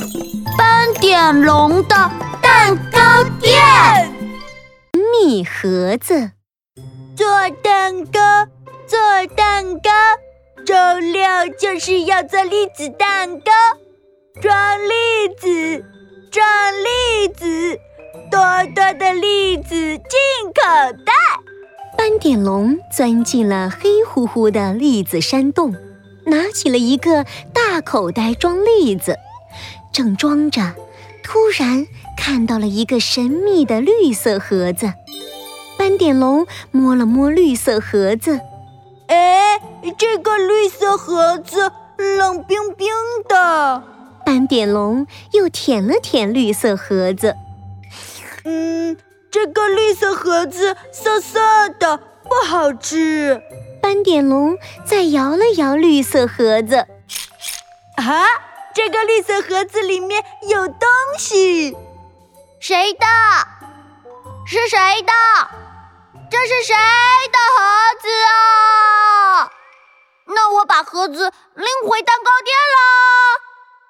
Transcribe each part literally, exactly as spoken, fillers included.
斑点龙的蛋糕店。 蜜盒子， 做蛋糕，做蛋糕，周六就是要做栗子蛋糕，装栗子，装栗子，多多的栗子进口袋。 斑点龙钻进了黑乎乎的栗子山洞，拿起了一个大口袋装栗子，正装着，突然看到了一个神秘的绿色盒子。斑点龙摸了摸绿色盒子， 哎，这个绿色盒子冷冰冰的。 斑点龙又舔了舔绿色盒子， 嗯，这个绿色盒子涩涩的，不好吃。 斑点龙再摇了摇绿色盒子， 啊，这个绿色盒子里面有东西。 谁的？是谁的？这是谁的盒子啊？那我把盒子拎回蛋糕店了。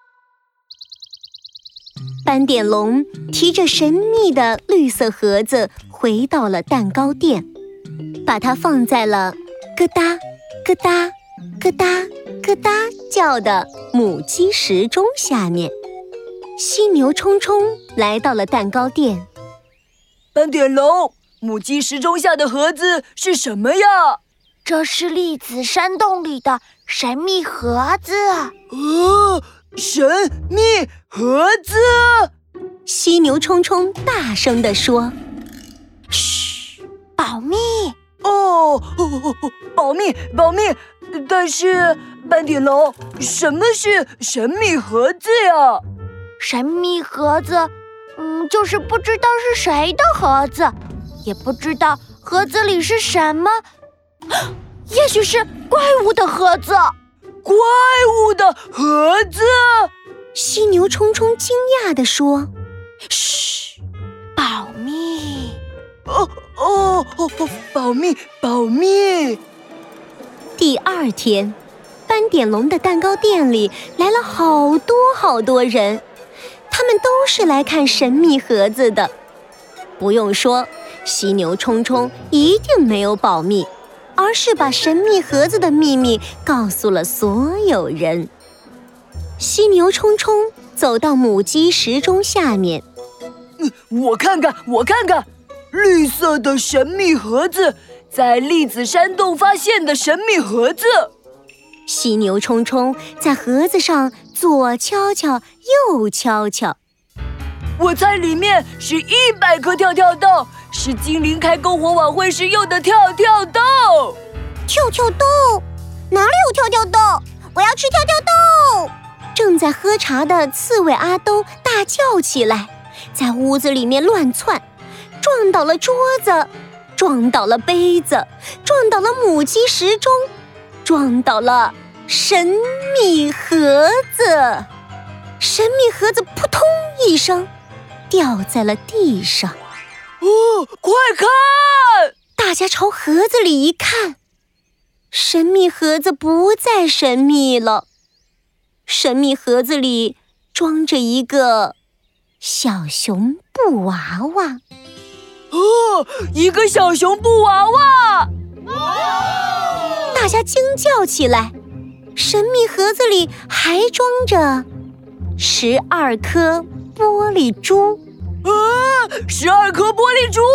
斑点龙提着神秘的绿色盒子回到了蛋糕店，把它放在了咯哒咯哒咯哒咯哒叫的母鸡时钟下面。犀牛冲冲来到了蛋糕店。 斑点龙，母鸡时钟下的盒子是什么呀？ 这是栗子山洞里的神秘盒子。 哦，神秘盒子！ 犀牛冲冲大声地说：“ 嘘，保密！ 哦，哦保密，保密！但是，斑点龙，什么是神秘盒子呀？ 神秘盒子，嗯，就是不知道是谁的盒子，也不知道盒子里是什么，也许是怪物的盒子。 怪物的盒子！ 犀牛冲冲惊讶地说：“ 嘘，保密！ 哦哦哦，保密，保密！” 第二天，斑点龙的蛋糕店里来了好多好多人，他们都是来看神秘盒子的。不用说，犀牛冲冲一定没有保密，而是把神秘盒子的秘密告诉了所有人。犀牛冲冲走到母鸡时钟下面， 嗯，我看看，我看看，绿色的神秘盒子，在栗子山洞发现的神秘盒子。 犀牛冲冲在盒子上左敲敲，右敲敲。 我猜里面是一百颗跳跳豆，是精灵开篝火晚会时用的跳跳豆。 跳跳豆？哪里有跳跳豆？我要吃跳跳豆！ 正在喝茶的刺猬阿兜大叫起来，在屋子里面乱窜，撞倒了桌子，撞倒了杯子，撞倒了母鸡时钟，撞倒了神秘盒子。神秘盒子扑通一声掉在了地上。 哦，快看！ 大家朝盒子里一看，神秘盒子不再神秘了。神秘盒子里装着一个小熊布娃娃。 哦，一个小熊布娃娃！ 大家惊叫起来。神秘盒子里还装着十二颗玻璃珠。 啊，十二颗玻璃珠！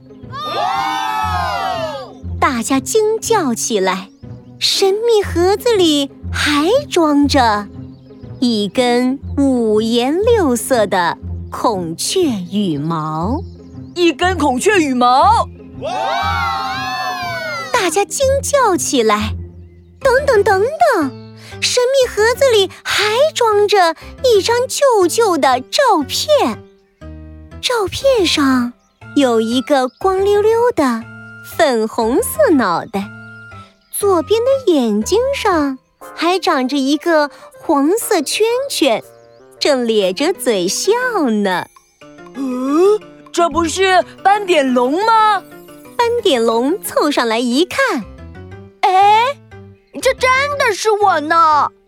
大家惊叫起来。神秘盒子里还装着一根五颜六色的孔雀羽毛。 一根孔雀羽毛！ 大家惊叫起来。等等等等，神秘盒子里还装着一张旧旧的照片。照片上有一个光溜溜的粉红色脑袋，左边的眼睛上还长着一个黄色圈圈，正咧着嘴笑呢。 嗯，这不是斑点龙吗？ 斑点龙凑上来一看， 哎，这真的是我呢！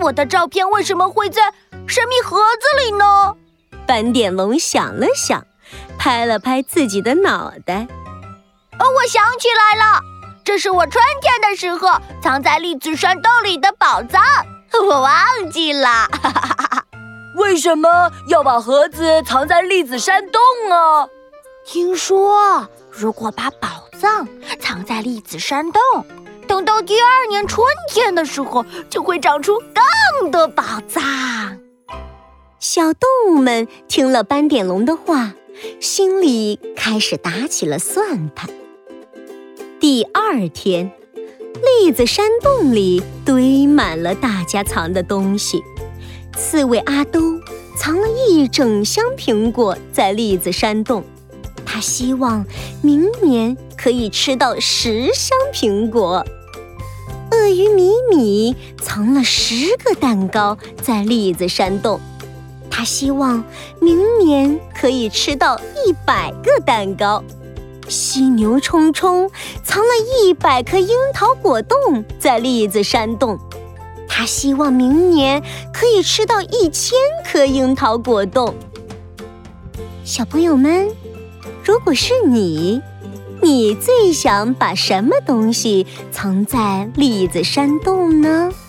我的照片为什么会在神秘盒子里呢？ 斑点龙想了想，拍了拍自己的脑袋。 哦，我想起来了，这是我春天的时候藏在栗子山洞里的宝藏，我忘记了。 为什么要把盒子藏在栗子山洞啊？ 听说如果把宝藏藏在栗子山洞，等到第二年春天的时候，就会长出更多宝藏。 小动物们听了斑点龙的话，心里开始打起了算盘。第二天，栗子山洞里堆满了大家藏的东西。刺猬阿兜藏了一整箱苹果在栗子山洞，他希望明年可以吃到十箱苹果。鳄鱼米米藏了十个蛋糕在栗子山洞，他希望明年可以吃到一百个蛋糕。犀牛冲冲藏了一百颗樱桃果冻在栗子山洞，他希望明年可以吃到一千颗樱桃果冻。小朋友们，如果是你，你最想把什么东西藏在栗子山洞呢？